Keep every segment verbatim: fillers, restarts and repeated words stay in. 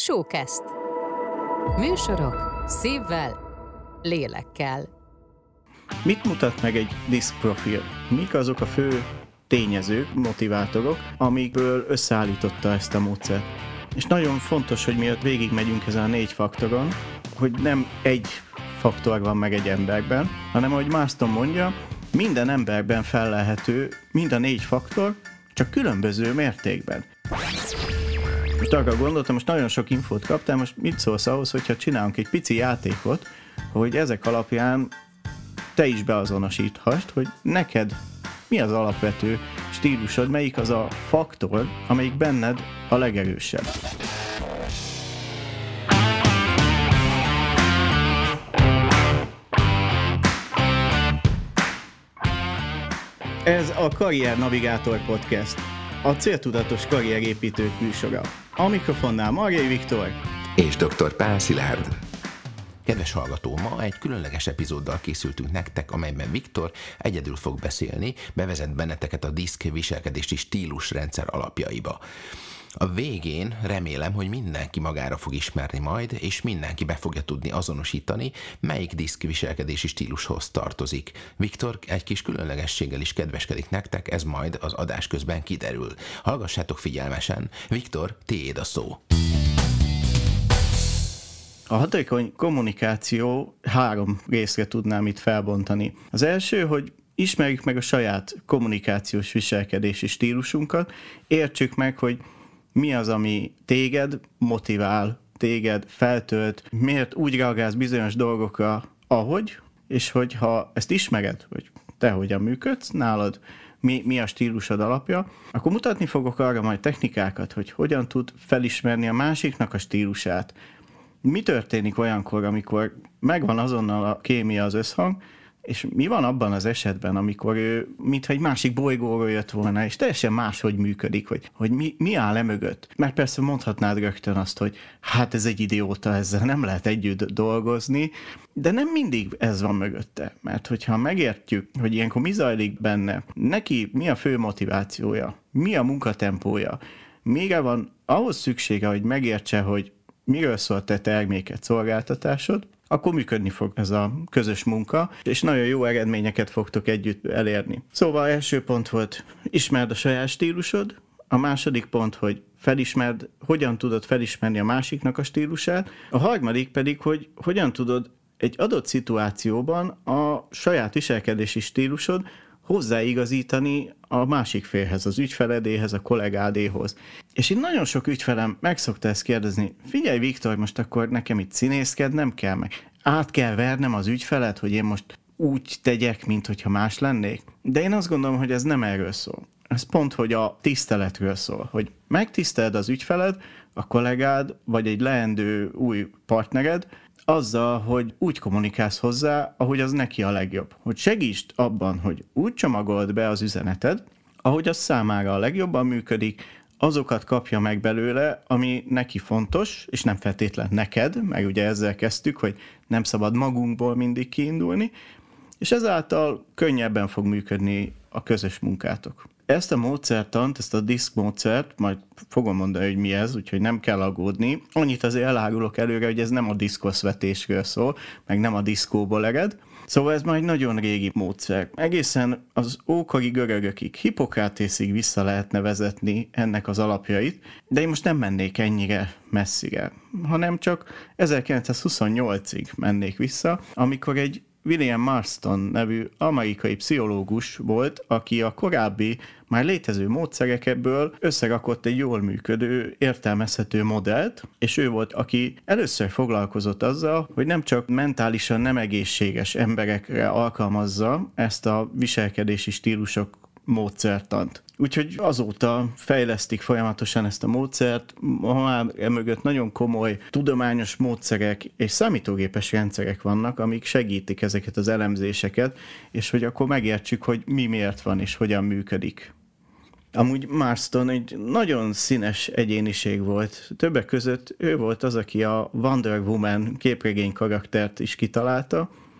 Showcast. Műsorok szívvel, lélekkel. Mit mutat meg egy diszkprofil? Mik azok a fő tényezők, motivátorok, amikből összeállította ezt a módszert? És nagyon fontos, hogy miatt végigmegyünk ezen a négy faktoron, hogy nem egy faktor van meg egy emberben, hanem ahogy Marston mondja, minden emberben fellelhető mind a négy faktor, csak különböző mértékben. Most arra gondoltam, most nagyon sok infót kaptál, most mit szólsz ahhoz, hogyha csinálunk egy pici játékot, hogy ezek alapján te is beazonosíthast, hogy neked mi az alapvető stílusod, melyik az a faktor, amelyik benned a legerősebb. Ez a Karrier Navigátor Podcast, a céltudatos karrierépítők műsora. A mikrofonnál Marjai Viktor és dr. Pál Szilárd. Kedves hallgató, ma egy különleges epizóddal készültünk nektek, amelyben Viktor egyedül fog beszélni, bevezet benneteket a diszk viselkedési stílusrendszer alapjaiba. A végén remélem, hogy mindenki magára fog ismerni majd, és mindenki be fogja tudni azonosítani, melyik diszk viselkedési stílushoz tartozik. Viktor egy kis különlegességgel is kedveskedik nektek, ez majd az adás közben kiderül. Hallgassátok figyelmesen. Viktor, tiéd a szó. A hatékony kommunikáció három részre tudnám itt felbontani. Az első, hogy ismerjük meg a saját kommunikációs viselkedési stílusunkat, értsük meg, hogy mi az, ami téged motivál, téged feltölt, miért úgy reagálsz bizonyos dolgokra, ahogy, és hogyha ezt ismered, hogy te hogyan működsz, nálad mi, mi a stílusod alapja, akkor mutatni fogok arra majd technikákat, hogy hogyan tud felismerni a másiknak a stílusát. Mi történik olyankor, amikor megvan azonnal a kémia, az összhang, és mi van abban az esetben, amikor ő, mintha egy másik bolygóról jött volna, és teljesen máshogy működik, hogy, hogy mi, mi áll e mögött. Mert persze mondhatnád rögtön azt, hogy hát ez egy idióta, ezzel nem lehet együtt dolgozni, de nem mindig ez van mögötte. Mert hogyha megértjük, hogy ilyenkor mi zajlik benne, neki mi a fő motivációja, mi a munkatempója, mire van ahhoz szüksége, hogy megértse, hogy miről szól te terméket, szolgáltatásod, akkor működni fog ez a közös munka, és nagyon jó eredményeket fogtok együtt elérni. Szóval első pont volt, ismerd a saját stílusod, a második pont, hogy felismerd, hogyan tudod felismerni a másiknak a stílusát, a harmadik pedig, hogy hogyan tudod egy adott szituációban a saját viselkedési stílusod hozzáigazítani a másik félhez, az ügyfeledéhez, a kollégádéhoz. És én nagyon sok ügyfelem meg szokta ezt kérdezni, figyelj Viktor, most akkor nekem itt színészkednem kell, meg át kell vernem az ügyfelet, hogy én most úgy tegyek, mint hogyha más lennék. De én azt gondolom, hogy ez nem erről szól. Ez pont, hogy a tiszteletről szól, hogy megtiszteled az ügyfeled, a kollégád, vagy egy leendő új partnered, azzal, hogy úgy kommunikálsz hozzá, ahogy az neki a legjobb. Hogy segítsd abban, hogy úgy csomagold be az üzeneted, ahogy az számára a legjobban működik, azokat kapja meg belőle, ami neki fontos, és nem feltétlen neked, meg ugye ezzel kezdtük, hogy nem szabad magunkból mindig kiindulni, és ezáltal könnyebben fog működni a közös munkátok. Ezt a módszertant, ezt a diszk módszert, majd fogom mondani, hogy mi ez, úgyhogy nem kell aggódni. Annyit azért elárulok előre, hogy ez nem a diszkoszvetésről szól, meg nem a diszkóból ered. Szóval ez már egy nagyon régi módszer. Egészen az ókori görögökig, Hippokratészig vissza lehetne vezetni ennek az alapjait, de én most nem mennék ennyire messzire, hanem csak ezerkilencszázhuszonnyolcig mennék vissza, amikor egy William Marston nevű amerikai pszichológus volt, aki a korábbi, már létező módszerekből összerakott egy jól működő, értelmezhető modellt, és ő volt, aki először foglalkozott azzal, hogy nem csak mentálisan nem egészséges emberekre alkalmazza ezt a viselkedési stílusok módszertant. Úgyhogy azóta fejlesztik folyamatosan ezt a módszert, már emögött nagyon komoly tudományos módszerek és számítógépes rendszerek vannak, amik segítik ezeket az elemzéseket, és hogy akkor megértsük, hogy mi miért van és hogyan működik. Amúgy Marston egy nagyon színes egyéniség volt. Többek között ő volt az, aki a Wonder Woman képregény karaktert is kitalálta.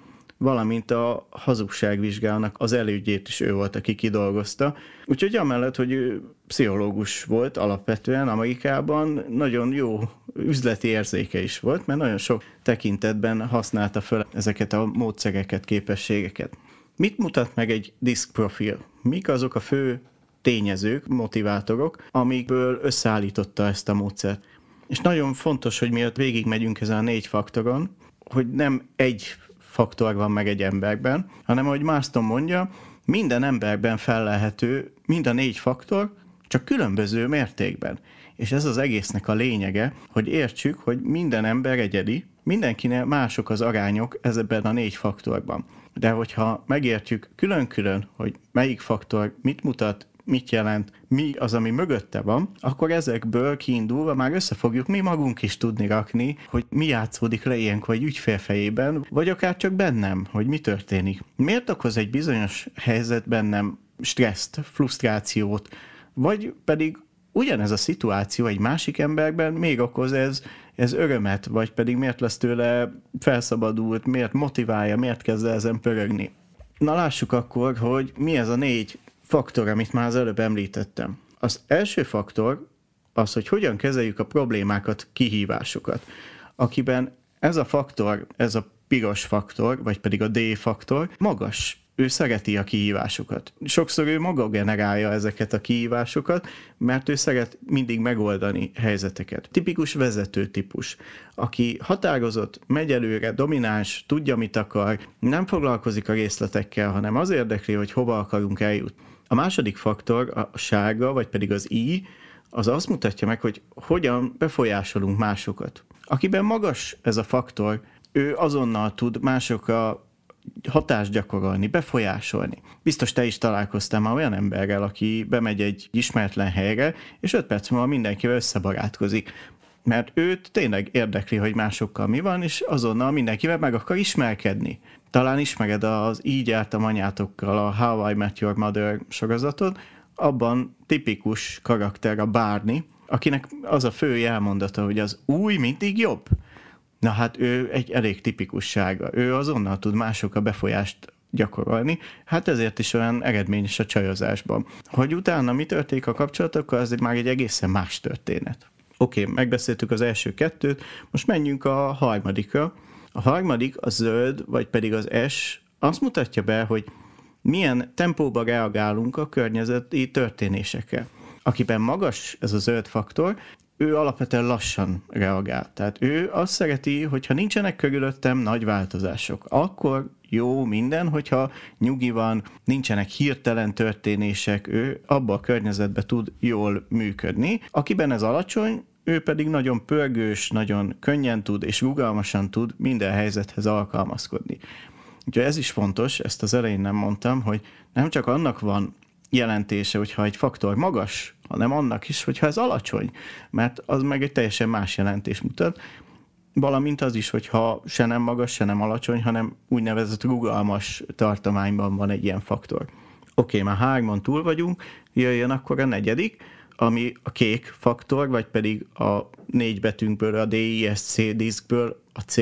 valamint a hazugságvizsgának az elődjét is ő volt, aki kidolgozta. Úgyhogy amellett, hogy ő pszichológus volt alapvetően Amerikában, nagyon jó üzleti érzéke is volt, mert nagyon sok tekintetben használta fel ezeket a módszereket, képességeket. Mit mutat meg egy diszkprofil? Mik azok a fő tényezők, motivátorok, amikből összeállította ezt a módszert? És nagyon fontos, hogy miatt végigmegyünk ezen a négy faktoron, hogy nem egy faktor van meg egy emberben, hanem ahogy Marston mondja, minden emberben fellelhető mind a négy faktor, csak különböző mértékben. És ez az egésznek a lényege, hogy értsük, hogy minden ember egyedi, mindenkinek mások az arányok ezben a négy faktorban. De hogyha megértjük külön-külön, hogy melyik faktor mit mutat, mit jelent, mi az, ami mögötte van, akkor ezekből kiindulva már össze fogjuk mi magunk is tudni rakni, hogy mi játszódik le ilyenkor egy ügyfél fejében, vagy akár csak bennem, hogy mi történik. Miért okoz egy bizonyos helyzet bennem stresszt, frusztrációt, vagy pedig ugyanez a szituáció egy másik emberben még okoz ez, ez örömet, vagy pedig miért lesz tőle felszabadult, miért motiválja, miért kezd ezen pörögni. Na lássuk akkor, hogy mi ez a négy faktor, amit már az előbb említettem. Az első faktor az, hogy hogyan kezeljük a problémákat, kihívásokat. Akiben ez a faktor, ez a piros faktor, vagy pedig a D-faktor magas. Ő szereti a kihívásokat. Sokszor ő maga generálja ezeket a kihívásokat, mert ő szeret mindig megoldani helyzeteket. Tipikus vezető típus, aki határozott, megy előre, domináns, tudja, mit akar, nem foglalkozik a részletekkel, hanem az érdekli, hogy hova akarunk eljutni. A második faktor, a sárga, vagy pedig az I, az azt mutatja meg, hogy hogyan befolyásolunk másokat. Akiben magas ez a faktor, ő azonnal tud másokra hatást gyakorolni, befolyásolni. Biztos te is találkoztál már olyan emberrel, aki bemegy egy ismeretlen helyre, és öt perc múlva mindenkivel összebarátkozik. Mert őt tényleg érdekli, hogy másokkal mi van, és azonnal mindenkivel meg akar ismerkedni. Talán ismered az Így jártam anyátokkal a How I Met Your Mother sorozatot, abban tipikus karakter a Barney, akinek az a fő jelmondata, hogy az új mindig jobb. Na hát ő egy elég tipikussága. Ő azonnal tud másokra befolyást gyakorolni, hát ezért is olyan eredményes a csajozásban. Hogy utána mi történik a kapcsolatokkal, az már egy egészen más történet. Oké, okay, megbeszéltük az első kettőt, most menjünk a harmadikra. A harmadik, a zöld, vagy pedig az S, azt mutatja be, hogy milyen tempóban reagálunk a környezeti történésekre. Akiben magas ez a zöld faktor, ő alapvetően lassan reagál. Tehát ő azt szereti, hogyha nincsenek körülöttem nagy változások, akkor jó minden, hogyha nyugi van, nincsenek hirtelen történések, ő abba a környezetbe tud jól működni. Akiben ez alacsony, ő pedig nagyon pörgős, nagyon könnyen tud és rugalmasan tud minden helyzethez alkalmazkodni. Úgyhogy ez is fontos, ezt az elején nem mondtam, hogy nem csak annak van jelentése, hogyha egy faktor magas, hanem annak is, hogyha ez alacsony, mert az meg egy teljesen más jelentés mutat, valamint az is, hogyha se nem magas, se nem alacsony, hanem úgynevezett rugalmas tartományban van egy ilyen faktor. Oké, okay, már hárman túl vagyunk, jöjjön akkor a negyedik, ami a kék faktor, vagy pedig a négy betűnkből, a D, I, S, C, diszkből a C,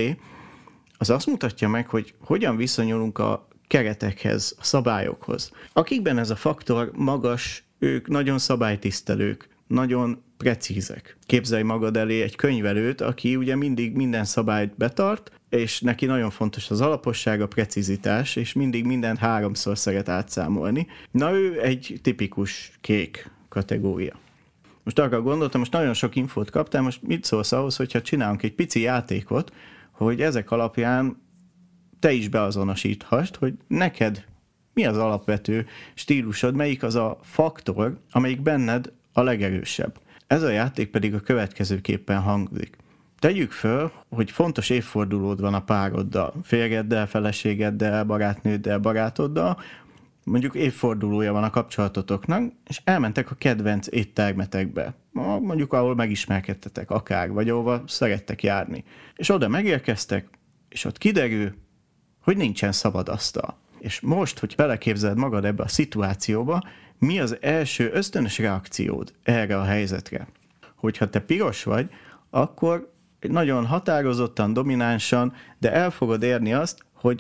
az azt mutatja meg, hogy hogyan viszonyulunk a keretekhez, a szabályokhoz. Akikben ez a faktor magas, ők nagyon szabálytisztelők, nagyon precízek. Képzelj magad elé egy könyvelőt, aki ugye mindig minden szabályt betart, és neki nagyon fontos az alaposság, a precizitás, és mindig mindent háromszor szeret átszámolni. Na ő egy tipikus kék kategória. Most arra gondoltam, most nagyon sok infót kaptál, most mit szólsz ahhoz, hogyha csinálunk egy pici játékot, hogy ezek alapján te is beazonosíthast, hogy neked mi az alapvető stílusod, melyik az a faktor, amelyik benned a legerősebb. Ez a játék pedig a következőképpen hangzik. Tegyük föl, hogy fontos évfordulód van a pároddal, férjeddel, feleségeddel, barátnőddel, barátoddal, mondjuk évfordulója van a kapcsolatotoknak, és elmentek a kedvenc éttermetekbe, mondjuk ahol megismerkedtetek akár, vagy ahova szerettek járni. És oda megérkeztek, és ott kiderül, hogy nincsen szabad asztal. És most, hogy beleképzeled magad ebbe a szituációba, mi az első ösztönös reakciód erre a helyzetre? Hogyha te piros vagy, akkor nagyon határozottan, dominánsan, de el fogod érni azt, hogy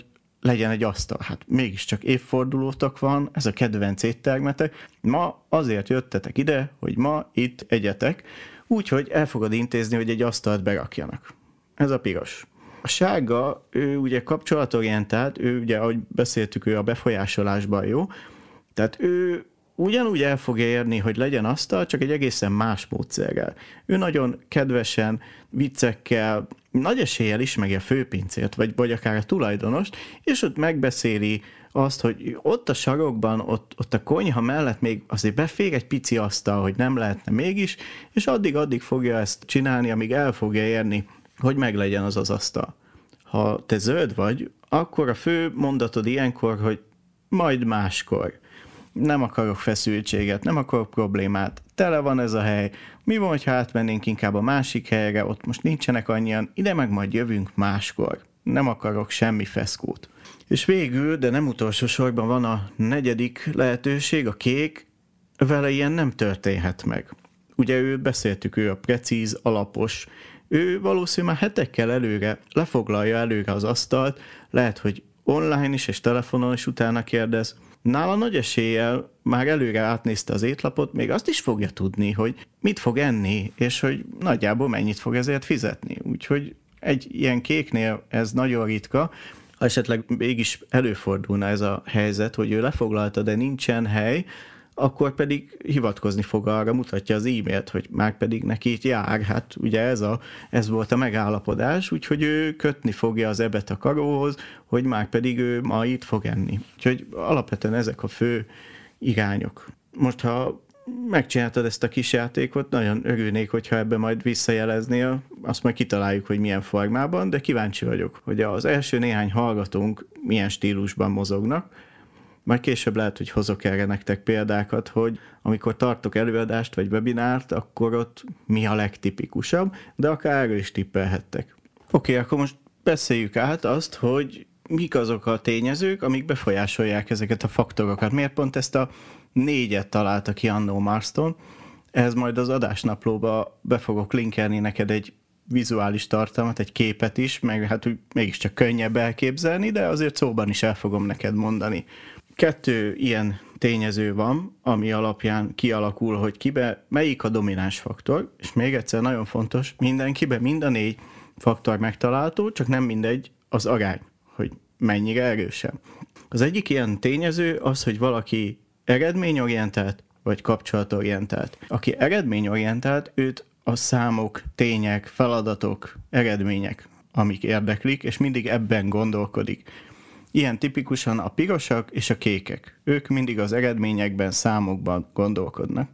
legyen egy asztal. Hát mégiscsak évfordulótok van, ez a kedvenc éttermetek. Ma azért jöttetek ide, hogy ma itt egyetek, úgyhogy el fogod intézni, hogy egy asztalt berakjanak. Ez a piros. A sárga, ő ugye kapcsolatorientált, ő ugye, ahogy beszéltük, ő a befolyásolásban jó, tehát ő ugyanúgy el fogja érni, hogy legyen asztal, csak egy egészen más módszerrel. Ő nagyon kedvesen, viccekkel, nagy eséllyel ismeri a főpincért, vagy, vagy akár a tulajdonost, és ott megbeszéli azt, hogy ott a sarokban, ott, ott a konyha mellett még azért befér egy pici asztal, hogy nem lehetne mégis, és addig-addig fogja ezt csinálni, amíg el fogja érni, hogy meglegyen az az asztal. Ha te zöld vagy, akkor a fő mondatod ilyenkor, hogy majd máskor. Nem akarok feszültséget, nem akarok problémát, tele van ez a hely, mi van, ha átmennénk inkább a másik helyre, ott most nincsenek annyian, ide meg majd jövünk máskor. Nem akarok semmi feszkót. És végül, de nem utolsó sorban van a negyedik lehetőség, a kék, vele ilyen nem történhet meg. Ugye ő, beszéltük, ő a precíz, alapos, ő valószínűleg már hetekkel előre lefoglalja előre az asztalt, lehet, hogy online is és telefonon is utána kérdez. Nála nagy eséllyel már előre átnézte az étlapot, még azt is fogja tudni, hogy mit fog enni, és hogy nagyjából mennyit fog ezért fizetni. Úgyhogy egy ilyen kéknél ez nagyon ritka, ha esetleg mégis előfordulna ez a helyzet, hogy ő lefoglalta, de nincsen hely, akkor pedig hivatkozni fog arra, mutatja az e-mailt, hogy már pedig neki itt jár, hát ugye ez, a, ez volt a megállapodás, úgyhogy ő kötni fogja az ebet a karóhoz, hogy már pedig ő ma itt fog enni. Úgyhogy alapvetően ezek a fő irányok. Most, ha megcsináltad ezt a kis játékot, nagyon örülnék, hogyha ebbe majd visszajeleznél, azt majd kitaláljuk, hogy milyen formában, de kíváncsi vagyok, hogy az első néhány hallgatónk milyen stílusban mozognak. Majd később lehet, hogy hozok erre nektek példákat, hogy amikor tartok előadást vagy webinárt, akkor ott mi a legtipikusabb, de akár erről is tippelhettek. Oké, okay, akkor most beszéljük át azt, hogy mik azok a tényezők, amik befolyásolják ezeket a faktorokat. Miért pont ezt a négyet találta ki annó Marston? Ehhez majd az adásnaplóba be fogok linkelni neked egy vizuális tartalmat, egy képet is, meg hát úgy mégiscsak könnyebb elképzelni, de azért szóban is el fogom neked mondani. Kettő ilyen tényező van, ami alapján kialakul, hogy kibe melyik a domináns faktor, és még egyszer nagyon fontos, mindenkibe mind a négy faktor megtalálható, csak nem mindegy az arány, hogy mennyire erősen. Az egyik ilyen tényező az, hogy valaki eredményorientált, vagy kapcsolatorientált. Aki eredményorientált, őt a számok, tények, feladatok, eredmények, amik érdeklik, és mindig ebben gondolkodik. Ilyen tipikusan a pirosak és a kékek. Ők mindig az eredményekben, számokban gondolkodnak.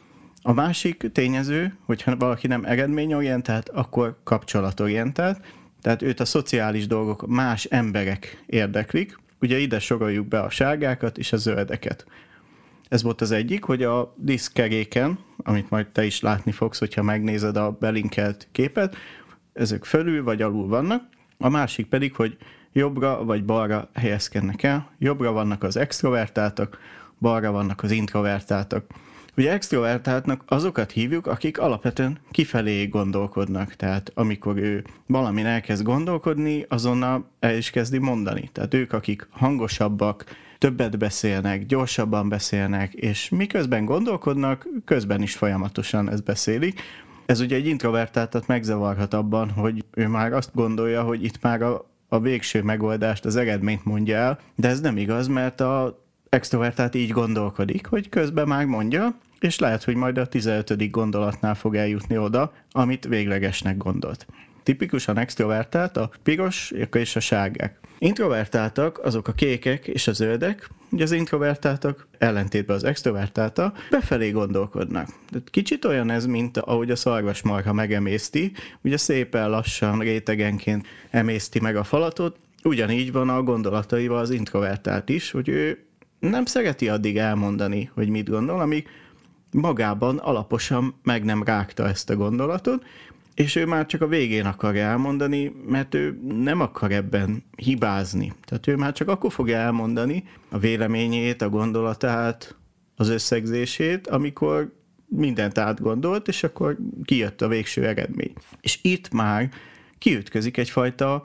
A másik tényező, hogyha valaki nem eredményorientált, akkor kapcsolatorientált, tehát őt a szociális dolgok, más emberek érdeklik. Ugye ide soroljuk be a sárgákat és a zöldeket. Ez volt az egyik, hogy a diszkeréken, amit majd te is látni fogsz, hogyha megnézed a belinkelt képet, ezek fölül vagy alul vannak. A másik pedig, hogy jobbra vagy balra helyezkednek el. Jobbra vannak az extrovertáltak, balra vannak az introvertáltak. Ugye extrovertáltnak azokat hívjuk, akik alapvetően kifelé gondolkodnak. Tehát amikor ő valamin elkezd gondolkodni, azonnal el is kezdi mondani. Tehát ők, akik hangosabbak, többet beszélnek, gyorsabban beszélnek, és miközben gondolkodnak, közben is folyamatosan ezt beszélik. Ez ugye egy introvertáltat megzavarhat abban, hogy ő már azt gondolja, hogy itt már a a végső megoldást, az eredményt mondja el, de ez nem igaz, mert az extrovertált így gondolkodik, hogy közben már mondja, és lehet, hogy majd a tizenötödik gondolatnál fog eljutni oda, amit véglegesnek gondolt. Tipikusan extrovertált a piros és a sárgák. Introvertáltak azok a kékek és a zöldek, ugye az introvertáltak ellentétben az extrovertálta befelé gondolkodnak. Kicsit olyan ez, mint ahogy a szarvasmarha megemészti, ugye szépen lassan, rétegenként emészti meg a falatot, ugyanígy van a gondolataival az introvertált is, hogy ő nem szereti addig elmondani, hogy mit gondol, amíg magában alaposan meg nem rágta ezt a gondolatot, és ő már csak a végén akarja elmondani, mert ő nem akar ebben hibázni. Tehát ő már csak akkor fogja elmondani a véleményét, a gondolatát, az összegzését, amikor mindent átgondolt, és akkor kijött a végső eredmény. És itt már kiütközik egyfajta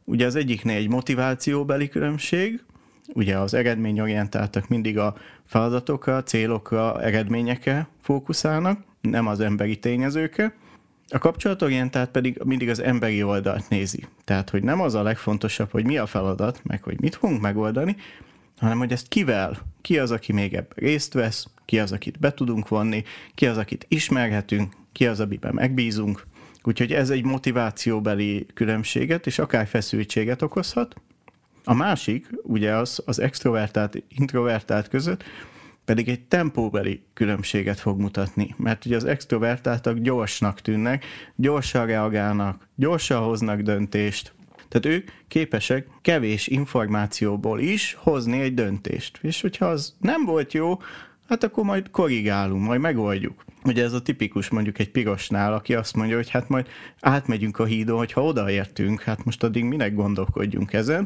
Ugye az egyiknél egy motivációbeli különbség, ugye az eredményorientáltak mindig a feladatokra, célokra, eredményekre fókuszálnak, nem az emberi tényezőkre. A kapcsolatorientált pedig mindig az emberi oldalt nézi. Tehát, hogy nem az a legfontosabb, hogy mi a feladat, meg hogy mit fogunk megoldani, hanem hogy ezt kivel, ki az, aki még ebben részt vesz, ki az, akit be tudunk vonni, ki az, akit ismerhetünk, ki az, amiben megbízunk. Úgyhogy ez egy motivációbeli különbséget, és akár feszültséget okozhat. A másik, ugye az, az extrovertált, introvertált között pedig egy tempóbeli különbséget fog mutatni, mert ugye az extrovertáltak gyorsnak tűnnek, gyorsan reagálnak, gyorsan hoznak döntést, tehát ők képesek kevés információból is hozni egy döntést. És hogyha az nem volt jó, hát akkor majd korrigálunk, majd megoldjuk. Ugye ez a tipikus mondjuk egy pirosnál, aki azt mondja, hogy hát majd átmegyünk a hídon, hogyha odaértünk, hát most addig minek gondolkodjunk ezen.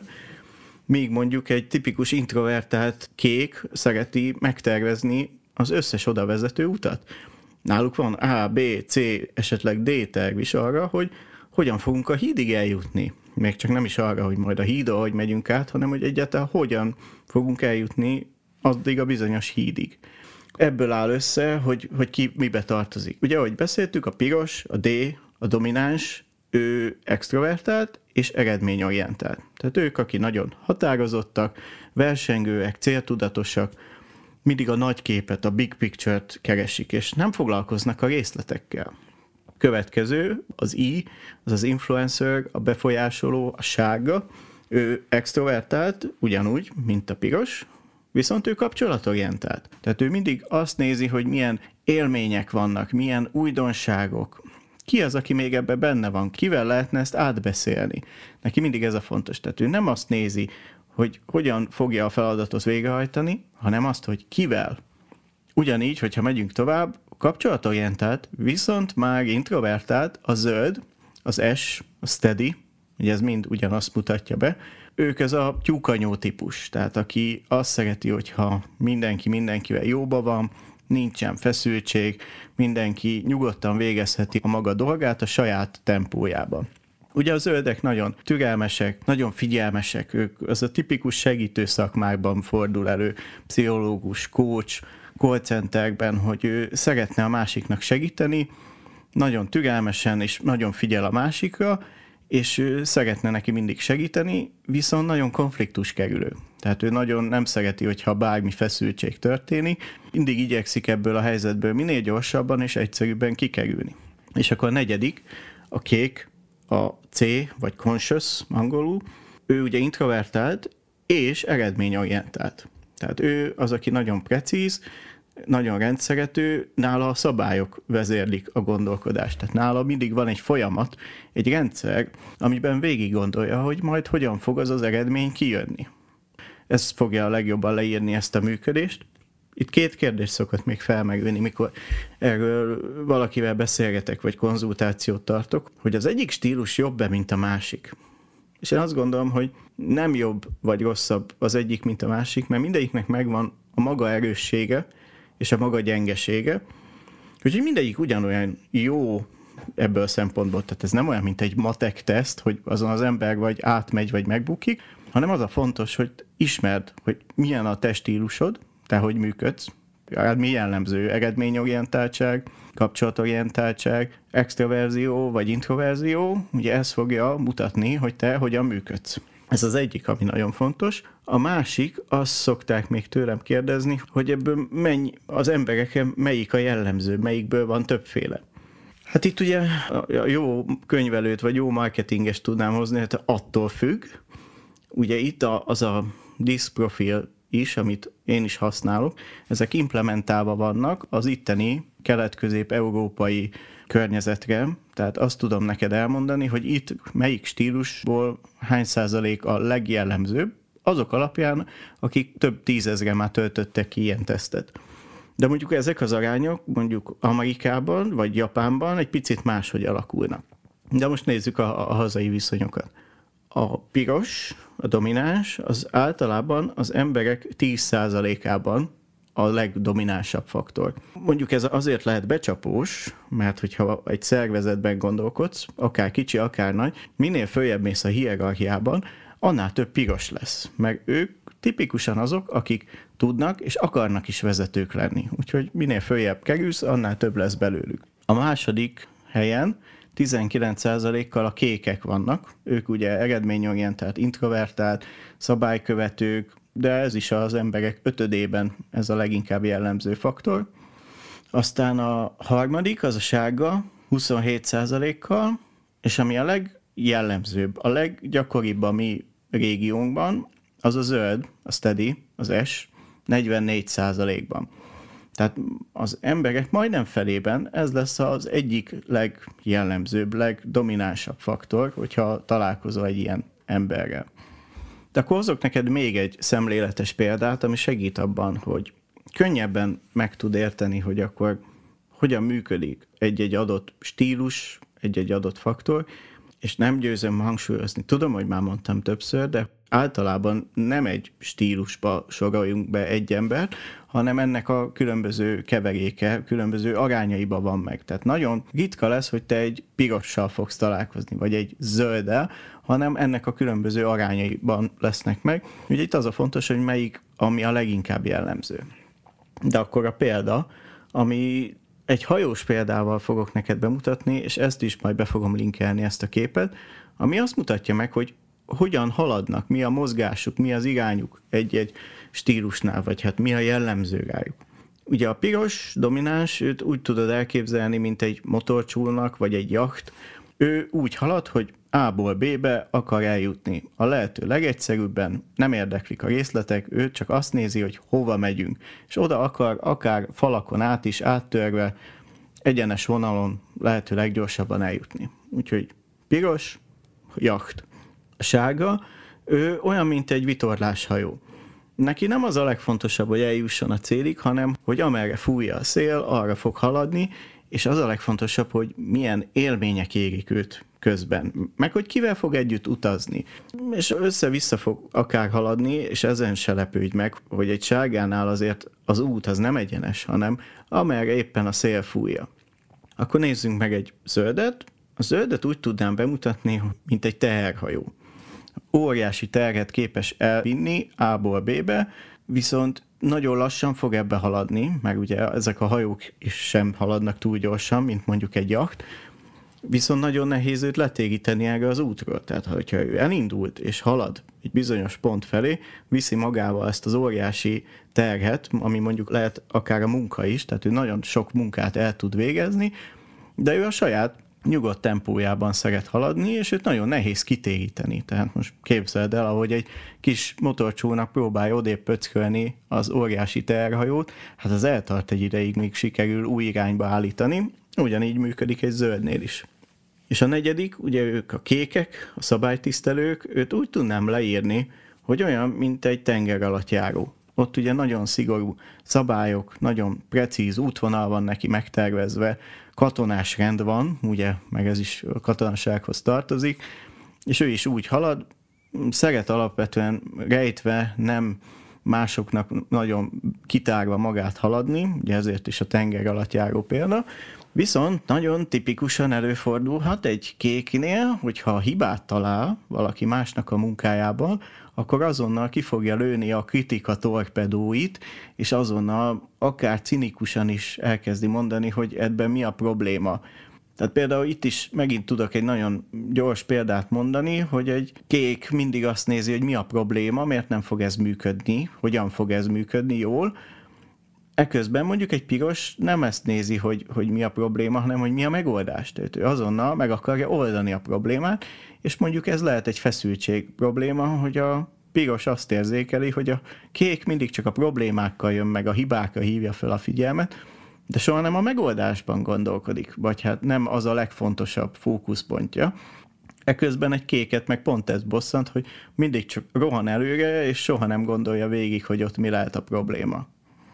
Míg mondjuk egy tipikus introvertált kék szereti megtervezni az összes odavezető utat. Náluk van A, B, C, esetleg D terv is arra, hogy hogyan fogunk a hídig eljutni. Még csak nem is arra, hogy majd a hídon, hogy megyünk át, hanem hogy egyáltalán hogyan fogunk eljutni addig a bizonyos hídig. Ebből áll össze, hogy, hogy ki mibe tartozik. Ugye, ahogy beszéltük, a piros, a D, a domináns, ő extrovertált és eredményorientált. Tehát ők, akik nagyon határozottak, versengőek, céltudatosak, mindig a nagy képet, a big picture-t keresik, és nem foglalkoznak a részletekkel. Következő, az I, az az influencer, a befolyásoló, a sárga. Ő extrovertált, ugyanúgy, mint a piros, viszont ő kapcsolatorientált. Tehát ő mindig azt nézi, hogy milyen élmények vannak, milyen újdonságok, ki az, aki még ebben benne van, kivel lehetne ezt átbeszélni. Neki mindig ez a fontos. Tehát ő nem azt nézi, hogy hogyan fogja a feladatot végrehajtani, hanem azt, hogy kivel. Ugyanígy, hogyha megyünk tovább, kapcsolatorientált, viszont már introvertált, a zöld, az S, a steady, ugye ez mind ugyanazt mutatja be, ők ez a tyúkanyó típus, tehát aki azt szereti, hogyha mindenki mindenkivel jóba van, nincsen feszültség, mindenki nyugodtan végezheti a maga dolgát a saját tempójában. Ugye a zöldek nagyon türelmesek, nagyon figyelmesek, ők az a tipikus segítő szakmákban fordul elő, pszichológus, coach, call centerben, hogy ő szeretne a másiknak segíteni, nagyon türelmesen és nagyon figyel a másikra, és ő szeretne neki mindig segíteni, viszont nagyon konfliktuskerülő. Tehát ő nagyon nem szereti, hogyha bármi feszültség történik, mindig igyekszik ebből a helyzetből minél gyorsabban és egyszerűbben kikerülni. És akkor a negyedik, a kék, a C, vagy conscious angolul, ő ugye introvertált és eredményorientált. Tehát ő az, aki nagyon precíz, nagyon rendszerető, nála a szabályok vezérlik a gondolkodást. Tehát nála mindig van egy folyamat, egy rendszer, amiben végig gondolja, hogy majd hogyan fog az az eredmény kijönni. Ez fogja a legjobban leírni ezt a működést. Itt két kérdés szokott még felmerülni, mikor erről valakivel beszélgetek, vagy konzultációt tartok, hogy az egyik stílus jobb-e, mint a másik. És én azt gondolom, hogy nem jobb vagy rosszabb az egyik, mint a másik, mert mindegyiknek megvan a maga erőssége, és a maga gyengesége. Úgyhogy mindegyik ugyanolyan jó ebből a szempontból. Tehát ez nem olyan, mint egy matek teszt, hogy azon az ember vagy átmegy, vagy megbukik, hanem az a fontos, hogy ismerd, hogy milyen a te stílusod, te hogy működsz, mi jellemző, eredményorientáltság, kapcsolatorientáltság, extroverzió vagy introverzió, ugye ez fogja mutatni, hogy te hogyan működsz. Ez az egyik, ami nagyon fontos. A másik, azt szokták még tőlem kérdezni, hogy ebből mennyi, az embereken melyik a jellemző, melyikből van többféle. Hát itt ugye a jó könyvelőt vagy jó marketinges tudnám hozni, hát attól függ. Ugye itt az a diszk profil is, amit én is használok, ezek implementálva vannak az itteni kelet-közép-európai környezetre, tehát azt tudom neked elmondani, hogy itt melyik stílusból hány százalék a legjellemzőbb, azok alapján, akik több tízezre már töltöttek ki ilyen tesztet. De mondjuk ezek az arányok mondjuk Amerikában vagy Japánban egy picit máshogy alakulnak. De most nézzük a, a hazai viszonyokat. A piros, a domináns, az általában az emberek tíz százalékában a legdominánsabb faktor. Mondjuk ez azért lehet becsapós, mert hogyha egy szervezetben gondolkodsz, akár kicsi, akár nagy, minél följebb mész a hierarchiában, annál több piros lesz. Meg ők tipikusan azok, akik tudnak és akarnak is vezetők lenni. Úgyhogy minél följebb kerülsz, annál több lesz belőlük. A második helyen tizenkilenc százalékkal a kékek vannak. Ők ugye eredményorientált, introvertált, szabálykövetők, de ez is az emberek ötödében ez a leginkább jellemző faktor. Aztán a harmadik, az a sárga, huszonhét százalékkal, és ami a legjellemzőbb, a leggyakoribb a mi régiónkban, az a zöld, a steady, az S, negyvennégy százalékban. Tehát az emberek majdnem felében ez lesz az egyik legjellemzőbb, legdominánsabb faktor, hogyha találkozol egy ilyen emberrel. De akkor hozok neked még egy szemléletes példát, ami segít abban, hogy könnyebben meg tud érteni, hogy akkor hogyan működik egy-egy adott stílus, egy-egy adott faktor, és nem győzöm hangsúlyozni. Tudom, hogy már mondtam többször, de általában nem egy stílusba soroljunk be egy embert, hanem ennek a különböző keveréke, különböző arányaiba van meg. Tehát nagyon ritka lesz, hogy te egy pirossal fogsz találkozni, vagy egy zölddel, hanem ennek a különböző arányaiban lesznek meg. Ugye itt az a fontos, hogy melyik, ami a leginkább jellemző. De akkor a példa, ami egy hajós példával fogok neked bemutatni, és ezt is majd be fogom linkelni, ezt a képet, ami azt mutatja meg, hogy hogyan haladnak, mi a mozgásuk, mi az irányuk egy-egy stílusnál, vagy hát mi a jellemző rájuk. Ugye a piros domináns, őt úgy tudod elképzelni, mint egy motorcsónak, vagy egy jacht. Ő úgy halad, hogy A-ból B-be akar eljutni. A lehető legegyszerűbben, nem érdeklik a részletek, ő csak azt nézi, hogy hova megyünk. És oda akar akár falakon át is áttörve, egyenes vonalon lehető leggyorsabban eljutni. Úgyhogy piros, jacht. A sárga, ő olyan, mint egy vitorláshajó. Neki nem az a legfontosabb, hogy eljusson a célig, hanem hogy amerre fújja a szél, arra fog haladni, és az a legfontosabb, hogy milyen élmények érik őt közben, meg hogy kivel fog együtt utazni. És össze-vissza fog akár haladni, és ezen se lepődj meg, hogy egy sárgánál azért az út az nem egyenes, hanem amerre éppen a szél fújja. Akkor nézzünk meg egy zöldet. A zöldet úgy tudnám bemutatni, mint egy teherhajó. Óriási terhet képes elvinni A-ból B-be, viszont nagyon lassan fog ebbe haladni, meg ugye ezek a hajók is sem haladnak túl gyorsan, mint mondjuk egy jacht, viszont nagyon nehéz őt letéríteni erre az útról. Tehát, hogyha ő elindult és halad egy bizonyos pont felé, viszi magával ezt az óriási terhet, ami mondjuk lehet akár a munka is, tehát ő nagyon sok munkát el tud végezni, de ő a saját nyugodt tempójában szeret haladni, és őt nagyon nehéz kitéríteni. Tehát most képzeld el, ahogy egy kis motorcsónak próbálja odébb pöckölni az óriási teherhajót, hát az eltart egy ideig, míg sikerül új irányba állítani, ugyanígy működik egy zöldnél is. És a negyedik, ugye ők a kékek, a szabálytisztelők, őt úgy tudnám leírni, hogy olyan, mint egy tengeralattjáró. Ott ugye nagyon szigorú szabályok, nagyon precíz útvonal van neki megtervezve, katonás rend van, ugye, meg ez is a katonasághoz tartozik, és ő is úgy halad, szeret alapvetően rejtve, nem másoknak nagyon kitárva magát haladni, ugye ezért is a tenger alatt járó példa, viszont nagyon tipikusan előfordulhat egy kéknél, hogyha hibát talál valaki másnak a munkájában, akkor azonnal ki fogja lőni a kritika torpedóit, és azonnal akár cinikusan is elkezdi mondani, hogy ebben mi a probléma. Tehát például itt is megint tudok egy nagyon gyors példát mondani, hogy egy kék mindig azt nézi, hogy mi a probléma, miért nem fog ez működni, hogyan fog ez működni jól. Eközben mondjuk egy piros nem ezt nézi, hogy, hogy mi a probléma, hanem hogy mi a megoldás. Tehát ő azonnal meg akarja oldani a problémát, és mondjuk ez lehet egy feszültség probléma, hogy a piros azt érzékeli, hogy a kék mindig csak a problémákkal jön meg, a hibákra hívja fel a figyelmet, de soha nem a megoldásban gondolkodik, vagy hát nem az a legfontosabb fókuszpontja. Eközben egy kéket meg pont ez bosszant, hogy mindig csak rohan előre, és soha nem gondolja végig, hogy ott mi lehet a probléma.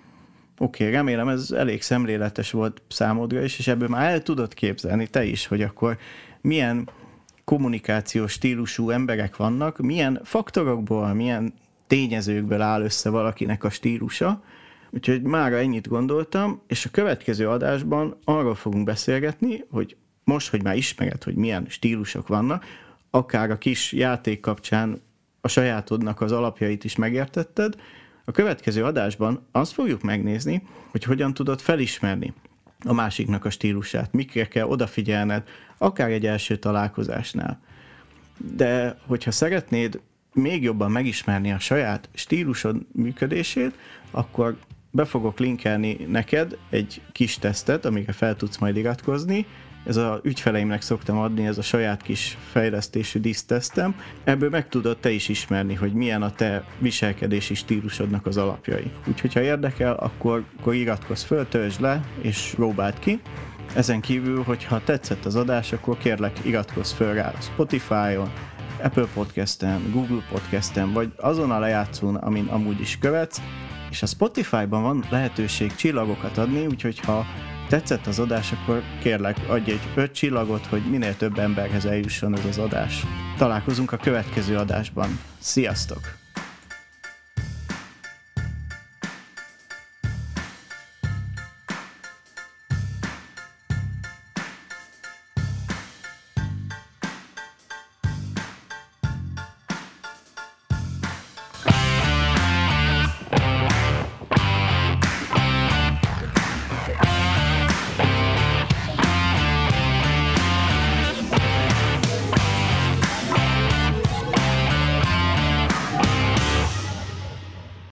Oké, okay, remélem ez elég szemléletes volt számodra is, és ebből már el tudod képzelni te is, hogy akkor milyen kommunikációs stílusú emberek vannak, milyen faktorokból, milyen tényezőkből áll össze valakinek a stílusa, Úgyhogy mára ennyit gondoltam, és a következő adásban arról fogunk beszélgetni, hogy most, hogy már ismered, hogy milyen stílusok vannak, akár a kis játék kapcsán a sajátodnak az alapjait is megértetted, a következő adásban azt fogjuk megnézni, hogy hogyan tudod felismerni a másiknak a stílusát, mikre kell odafigyelned, akár egy első találkozásnál. De hogyha szeretnéd még jobban megismerni a saját stílusod működését, akkor be fogok linkelni neked egy kis tesztet, amikre fel tudsz majd iratkozni. Ez az ügyfeleimnek szoktam adni, ez a saját kis fejlesztésű dísztesztem. Ebből meg tudod te is ismerni, hogy milyen a te viselkedési stílusodnak az alapjai. Úgyhogy ha érdekel, akkor, akkor iratkozz föl, töltsd le, és próbáld ki. Ezen kívül, hogyha tetszett az adás, akkor kérlek iratkozz föl rá a Spotify-on, Apple Podcasten, Google Podcasten, vagy azon a lejátszón, amin amúgy is követsz, és a Spotify-ban van lehetőség csillagokat adni, úgyhogy ha tetszett az adás, akkor kérlek adj egy öt csillagot, hogy minél több emberhez eljusson ez az adás. Találkozunk a következő adásban. Sziasztok!